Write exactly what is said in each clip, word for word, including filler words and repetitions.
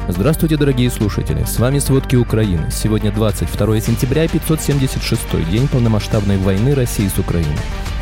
Здравствуйте, дорогие слушатели! С вами «Сводки Украины». Сегодня двадцать второе сентября, пятьсот семьдесят шестой день полномасштабной войны России с Украиной.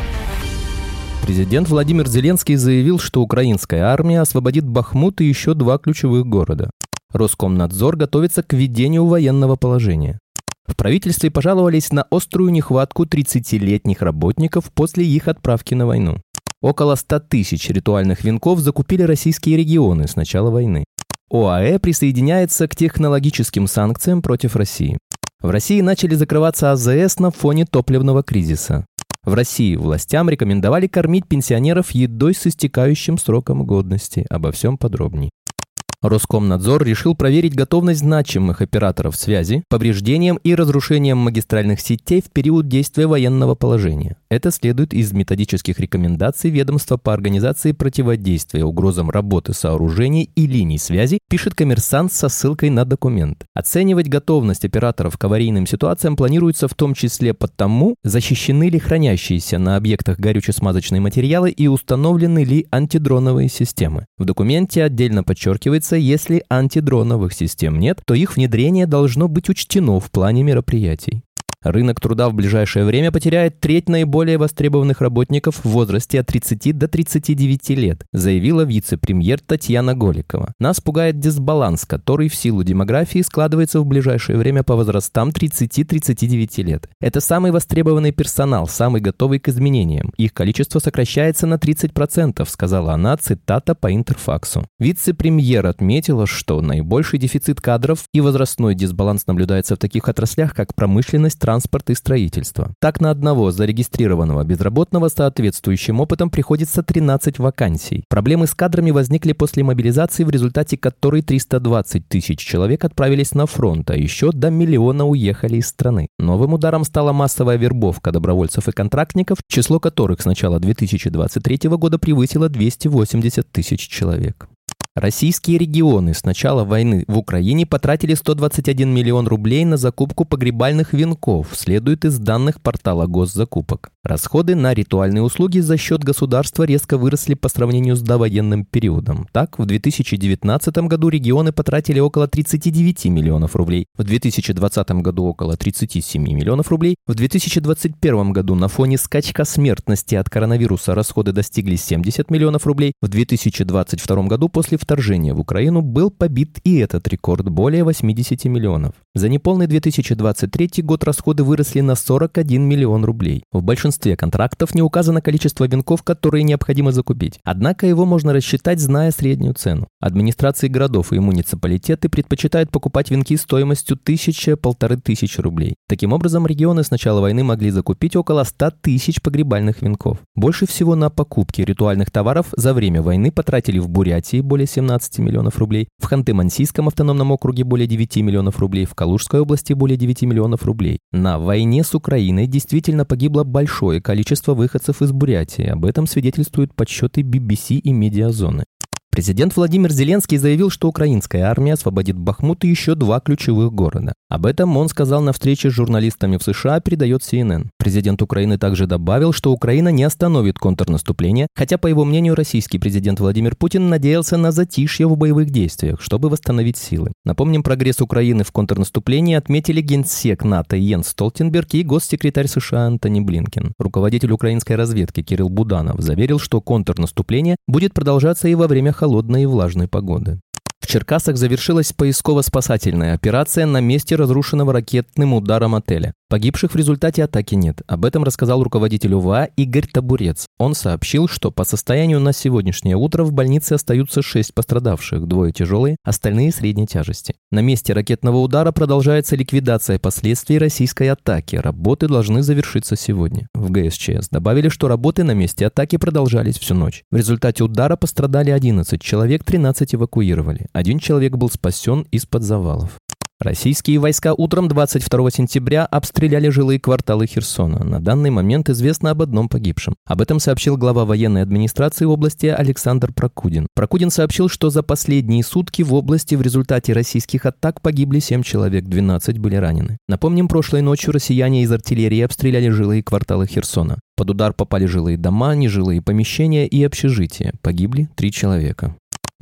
Президент Владимир Зеленский заявил, что украинская армия освободит Бахмут и еще два ключевых города. Роскомнадзор готовится к введению военного положения. В правительстве пожаловались на острую нехватку тридцатилетних работников после их отправки на войну. Около ста тысяч ритуальных венков закупили российские регионы с начала войны. ОАЭ присоединяется к технологическим санкциям против России. В России начали закрываться АЗС на фоне топливного кризиса. В России властям рекомендовали кормить пенсионеров едой с истекающим сроком годности. Обо всем подробней. Роскомнадзор решил проверить готовность значимых операторов связи, повреждением и разрушением магистральных сетей в период действия военного положения. Это следует из методических рекомендаций ведомства по организации противодействия угрозам работы сооружений и линий связи, пишет «Коммерсант» со ссылкой на документ. Оценивать готовность операторов к аварийным ситуациям планируется в том числе потому, защищены ли хранящиеся на объектах горюче-смазочные материалы и установлены ли антидроновые системы. В документе отдельно подчеркивается, если антидроновых систем нет, то их внедрение должно быть учтено в плане мероприятий. Рынок труда в ближайшее время потеряет треть наиболее востребованных работников в возрасте от тридцати до тридцати девяти лет, заявила вице-премьер Татьяна Голикова. Нас пугает дисбаланс, который в силу демографии складывается в ближайшее время по возрастам тридцати-тридцати девяти лет. Это самый востребованный персонал, самый готовый к изменениям. Их количество сокращается на тридцать процентов, сказала она, цитата по Интерфаксу. Вице-премьер отметила, что наибольший дефицит кадров и возрастной дисбаланс наблюдается в таких отраслях, как промышленность, транспорт и строительство. Так, на одного зарегистрированного безработного с соответствующим опытом приходится тринадцать вакансий. Проблемы с кадрами возникли после мобилизации, в результате которой триста двадцать тысяч человек отправились на фронт, а еще до миллиона уехали из страны. Новым ударом стала массовая вербовка добровольцев и контрактников, число которых с начала две тысячи двадцать третьего года превысило двести восемьдесят тысяч человек. Российские регионы с начала войны в Украине потратили сто двадцать один миллион рублей на закупку погребальных венков, следует из данных портала госзакупок. Расходы на ритуальные услуги за счет государства резко выросли по сравнению с довоенным периодом. Так, в две тысячи девятнадцатом году регионы потратили около тридцати девяти миллионов рублей, в две тысячи двадцатом году около тридцати семи миллионов рублей, в две тысячи двадцать первом году на фоне скачка смертности от коронавируса расходы достигли семидесяти миллионов рублей, в две тысячи двадцать втором году после вторжения в Украину был побит и этот рекорд – более восьмидесяти миллионов. За неполный две тысячи двадцать третий год расходы выросли на сорок один миллион рублей. В большинстве контрактов не указано количество венков, которые необходимо закупить. Однако его можно рассчитать, зная среднюю цену. Администрации городов и муниципалитеты предпочитают покупать венки стоимостью тысяча-полторы тысячи рублей. Таким образом, регионы с начала войны могли закупить около ста тысяч погребальных венков. Больше всего на покупки ритуальных товаров за время войны потратили в Бурятии более семнадцати миллионов рублей, в Ханты-Мансийском автономном округе более девяти миллионов рублей, в Калужской области более девяти миллионов рублей. На войне с Украиной действительно погибло большое количество выходцев из Бурятии. Об этом свидетельствуют подсчеты би би си и Медиазоны. Президент Владимир Зеленский заявил, что украинская армия освободит Бахмут и еще два ключевых города. Об этом он сказал на встрече с журналистами в США, передает си эн эн. Президент Украины также добавил, что Украина не остановит контрнаступление, хотя, по его мнению, российский президент Владимир Путин надеялся на затишье в боевых действиях, чтобы восстановить силы. Напомним, прогресс Украины в контрнаступлении отметили генсек НАТО Йенс Столтенберг и госсекретарь США Антони Блинкен. Руководитель украинской разведки Кирилл Буданов заверил, что контрнаступление будет продолжаться и во время холодной и влажной погоды. В Черкасах завершилась поисково-спасательная операция на месте разрушенного ракетным ударом отеля. Погибших в результате атаки нет. Об этом рассказал руководитель ОВА Игорь Табурец. Он сообщил, что по состоянию на сегодняшнее утро в больнице остаются шесть пострадавших, двое тяжелые, остальные средней тяжести. На месте ракетного удара продолжается ликвидация последствий российской атаки. Работы должны завершиться сегодня. В гэ эс че эс добавили, что работы на месте атаки продолжались всю ночь. В результате удара пострадали одиннадцать человек, тринадцать эвакуировали. Один человек был спасен из-под завалов. Российские войска утром двадцать второго сентября обстреляли жилые кварталы Херсона. На данный момент известно об одном погибшем. Об этом сообщил глава военной администрации области Александр Прокудин. Прокудин сообщил, что за последние сутки в области в результате российских атак погибли семь человек, двенадцать были ранены. Напомним, прошлой ночью россияне из артиллерии обстреляли жилые кварталы Херсона. Под удар попали жилые дома, нежилые помещения и общежития. Погибли три человека.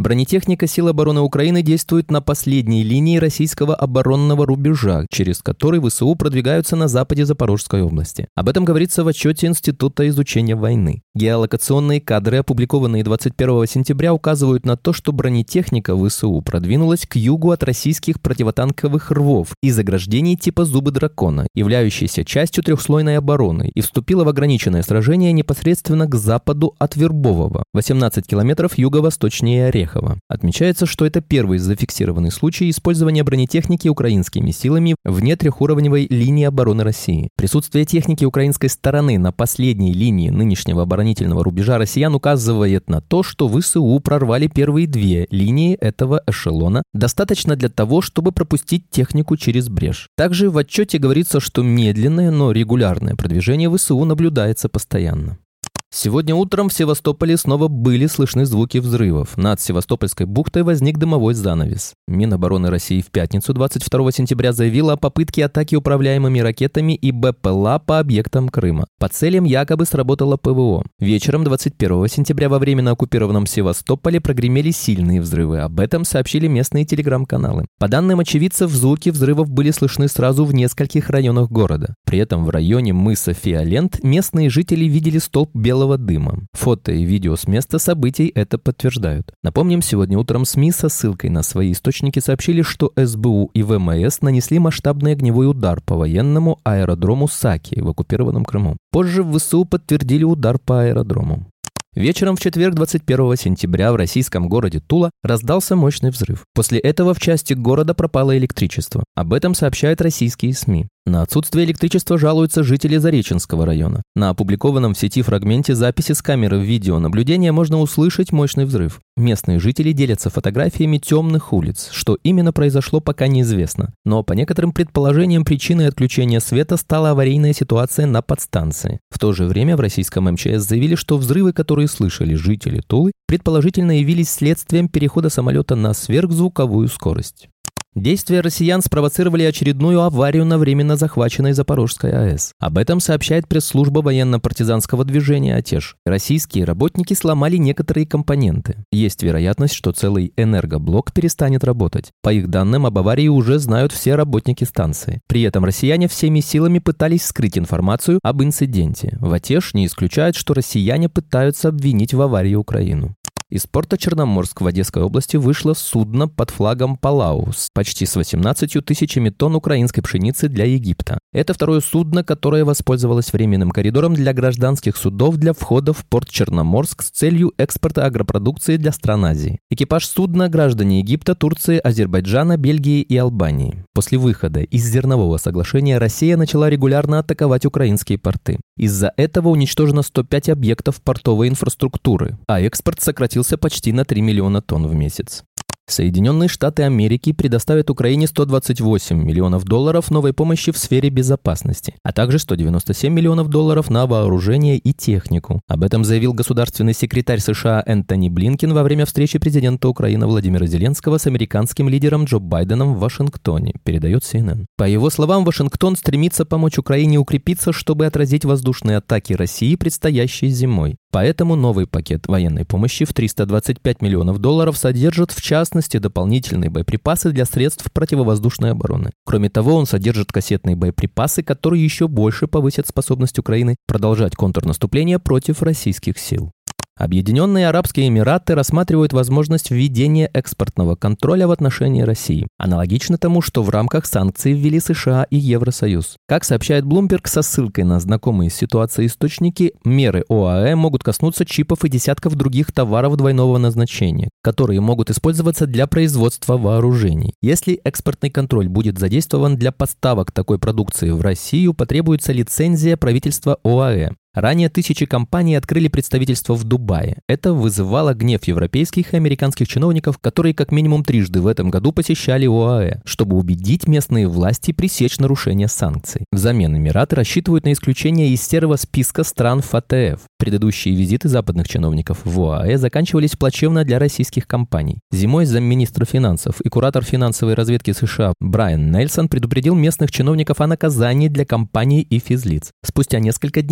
Бронетехника сил обороны Украины действует на последней линии российского оборонного рубежа, через который ВСУ продвигаются на западе Запорожской области. Об этом говорится в отчете Института изучения войны. Геолокационные кадры, опубликованные двадцать первого сентября, указывают на то, что бронетехника ВСУ продвинулась к югу от российских противотанковых рвов и заграждений типа «Зубы дракона», являющейся частью трехслойной обороны, и вступила в ограниченное сражение непосредственно к западу от Вербового, восемнадцать километров юго-восточнее Орехова. Отмечается, что это первый зафиксированный случай использования бронетехники украинскими силами вне трехуровневой линии обороны России. Присутствие техники украинской стороны на последней линии нынешнего оборонительного рубежа россиян указывает на то, что ВСУ прорвали первые две линии этого эшелона, достаточно для того, чтобы пропустить технику через брешь. Также в отчете говорится, что медленное, но регулярное продвижение ВСУ наблюдается постоянно. Сегодня утром в Севастополе снова были слышны звуки взрывов. Над Севастопольской бухтой возник дымовой занавес. Минобороны России в пятницу двадцать второго сентября заявила о попытке атаки управляемыми ракетами и БПЛА по объектам Крыма. По целям якобы сработало ПВО. Вечером двадцать первого сентября во временно оккупированном Севастополе прогремели сильные взрывы. Об этом сообщили местные телеграм-каналы. По данным очевидцев, звуки взрывов были слышны сразу в нескольких районах города. При этом в районе мыса Фиолент местные жители видели столб белого дыма. Фото и видео с места событий это подтверждают. Напомним, сегодня утром СМИ со ссылкой на свои источники сообщили, что СБУ и ВМС нанесли масштабный огневой удар по военному аэродрому Саки в оккупированном Крыму. Позже в ВСУ подтвердили удар по аэродрому. Вечером в четверг двадцать первого сентября в российском городе Тула раздался мощный взрыв. После этого в части города пропало электричество. Об этом сообщают российские СМИ. На отсутствие электричества жалуются жители Зареченского района. На опубликованном в сети фрагменте записи с камеры видеонаблюдения можно услышать мощный взрыв. Местные жители делятся фотографиями темных улиц. Что именно произошло, пока неизвестно. Но по некоторым предположениям причиной отключения света стала аварийная ситуация на подстанции. В то же время в российском эм че эс заявили, что взрывы, которые слышали жители Тулы, предположительно явились следствием перехода самолета на сверхзвуковую скорость. Действия россиян спровоцировали очередную аварию на временно захваченной Запорожской АЭС. Об этом сообщает пресс-служба военно-партизанского движения «Отеж». Российские работники сломали некоторые компоненты. Есть вероятность, что целый энергоблок перестанет работать. По их данным, об аварии уже знают все работники станции. При этом россияне всеми силами пытались скрыть информацию об инциденте. В «Отеж» не исключают, что россияне пытаются обвинить в аварии Украину. Из порта Черноморск в Одесской области вышло судно под флагом Палау с почти с восемнадцатью тысячами тонн украинской пшеницы для Египта. Это второе судно, которое воспользовалось временным коридором для гражданских судов для входа в порт Черноморск с целью экспорта агропродукции для стран Азии. Экипаж судна – граждане Египта, Турции, Азербайджана, Бельгии и Албании. После выхода из зернового соглашения Россия начала регулярно атаковать украинские порты. Из-за этого уничтожено сто пять объектов портовой инфраструктуры, а экспорт сократился почти на три миллиона тонн в месяц. Соединенные Штаты Америки предоставят Украине сто двадцать восемь миллионов долларов новой помощи в сфере безопасности, а также сто девяносто семь миллионов долларов на вооружение и технику. Об этом заявил государственный секретарь США Энтони Блинкен во время встречи президента Украины Владимира Зеленского с американским лидером Джо Байденом в Вашингтоне, передает си эн эн. По его словам, Вашингтон стремится помочь Украине укрепиться, чтобы отразить воздушные атаки России предстоящей зимой. Поэтому новый пакет военной помощи в триста двадцать пять миллионов долларов содержит, в частности, дополнительные боеприпасы для средств противовоздушной обороны. Кроме того, он содержит кассетные боеприпасы, которые еще больше повысят способность Украины продолжать контрнаступление против российских сил. Объединенные Арабские Эмираты рассматривают возможность введения экспортного контроля в отношении России, аналогично тому, что в рамках санкций ввели США и Евросоюз. Как сообщает Bloomberg со ссылкой на знакомые с ситуацией источники, меры ОАЭ могут коснуться чипов и десятков других товаров двойного назначения, которые могут использоваться для производства вооружений. Если экспортный контроль будет задействован для поставок такой продукции в Россию, потребуется лицензия правительства ОАЭ. Ранее тысячи компаний открыли представительство в Дубае. Это вызывало гнев европейских и американских чиновников, которые как минимум трижды в этом году посещали ОАЭ, чтобы убедить местные власти пресечь нарушение санкций. Взамен Эмираты рассчитывают на исключение из серого списка стран эф а тэ эф. Предыдущие визиты западных чиновников в ОАЭ заканчивались плачевно для российских компаний. Зимой замминистра финансов и куратор финансовой разведки США Брайан Нельсон предупредил местных чиновников о наказании для компаний и физлиц. Спустя несколько дней после визита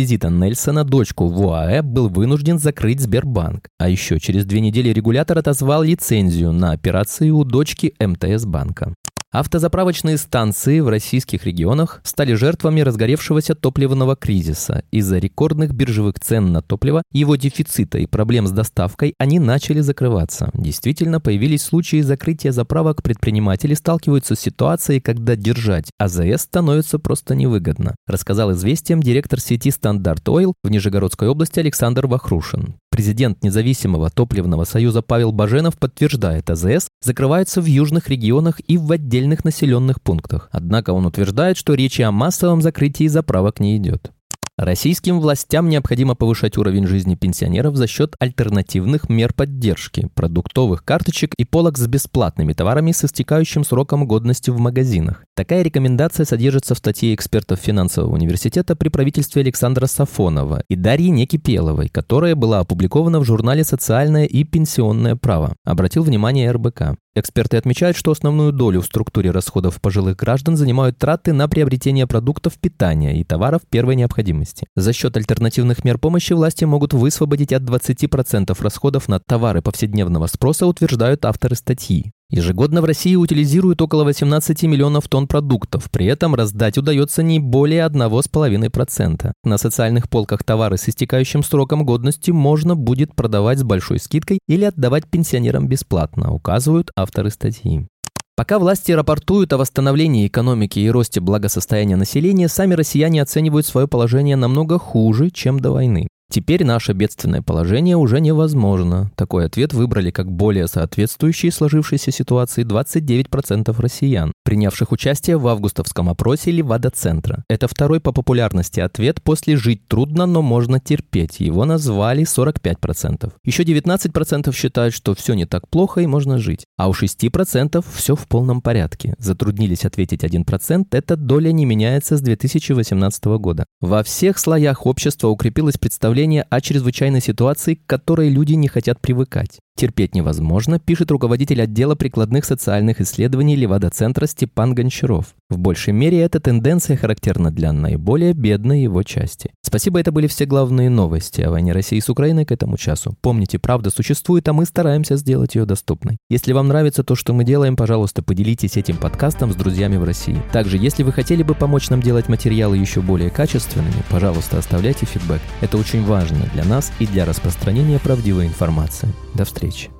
визита Нельсона дочку в ОАЭ был вынужден закрыть Сбербанк. А еще через две недели регулятор отозвал лицензию на операции у дочки эм тэ эс банка. Автозаправочные станции в российских регионах стали жертвами разгоревшегося топливного кризиса. Из-за рекордных биржевых цен на топливо, его дефицита и проблем с доставкой они начали закрываться. Действительно, появились случаи закрытия заправок, предприниматели сталкиваются с ситуацией, когда держать а зэ эс становится просто невыгодно, рассказал «Известиям» директор сети «Стандарт Ойл» в Нижегородской области Александр Вахрушин. Президент независимого топливного союза Павел Баженов подтверждает, а зэ эс закрываются в южных регионах и в отдельных населенных пунктах. Однако он утверждает, что речи о массовом закрытии заправок не идет. Российским властям необходимо повышать уровень жизни пенсионеров за счет альтернативных мер поддержки, продуктовых карточек и полок с бесплатными товарами с истекающим сроком годности в магазинах. Такая рекомендация содержится в статье экспертов финансового университета при правительстве Александра Сафонова и Дарьи Некипеловой, которая была опубликована в журнале «Социальное и пенсионное право», обратил внимание эр бэ ка. Эксперты отмечают, что основную долю в структуре расходов пожилых граждан занимают траты на приобретение продуктов питания и товаров первой необходимости. За счет альтернативных мер помощи власти могут высвободить от двадцати процентов расходов на товары повседневного спроса, утверждают авторы статьи. Ежегодно в России утилизируют около восемнадцати миллионов тонн продуктов, при этом раздать удается не более одного целых пять десятых процента. На социальных полках товары с истекающим сроком годности можно будет продавать с большой скидкой или отдавать пенсионерам бесплатно, указывают авторы статьи. Пока власти рапортуют о восстановлении экономики и росте благосостояния населения, сами россияне оценивают свое положение намного хуже, чем до войны. Теперь наше бедственное положение уже невозможно. Такой ответ выбрали как более соответствующий сложившейся ситуации двадцать девять процентов россиян, принявших участие в августовском опросе Левада-центра. Это второй по популярности ответ после «жить трудно, но можно терпеть». Его назвали сорок пять процентов. Еще девятнадцать процентов считают, что все не так плохо и можно жить. А у шести процентов все в полном порядке. Затруднились ответить один процент, эта доля не меняется с две тысячи восемнадцатого года. Во всех слоях общества укрепилось представление о чрезвычайной ситуации, к которой люди не хотят привыкать. Терпеть невозможно, пишет руководитель отдела прикладных социальных исследований Левада-центра Степан Гончаров. В большей мере эта тенденция характерна для наиболее бедной его части. Спасибо, это были все главные новости о войне России с Украиной к этому часу. Помните, правда существует, а мы стараемся сделать ее доступной. Если вам нравится то, что мы делаем, пожалуйста, поделитесь этим подкастом с друзьями в России. Также, если вы хотели бы помочь нам делать материалы еще более качественными, пожалуйста, оставляйте фидбэк. Это очень важно для нас и для распространения правдивой информации. До встречи.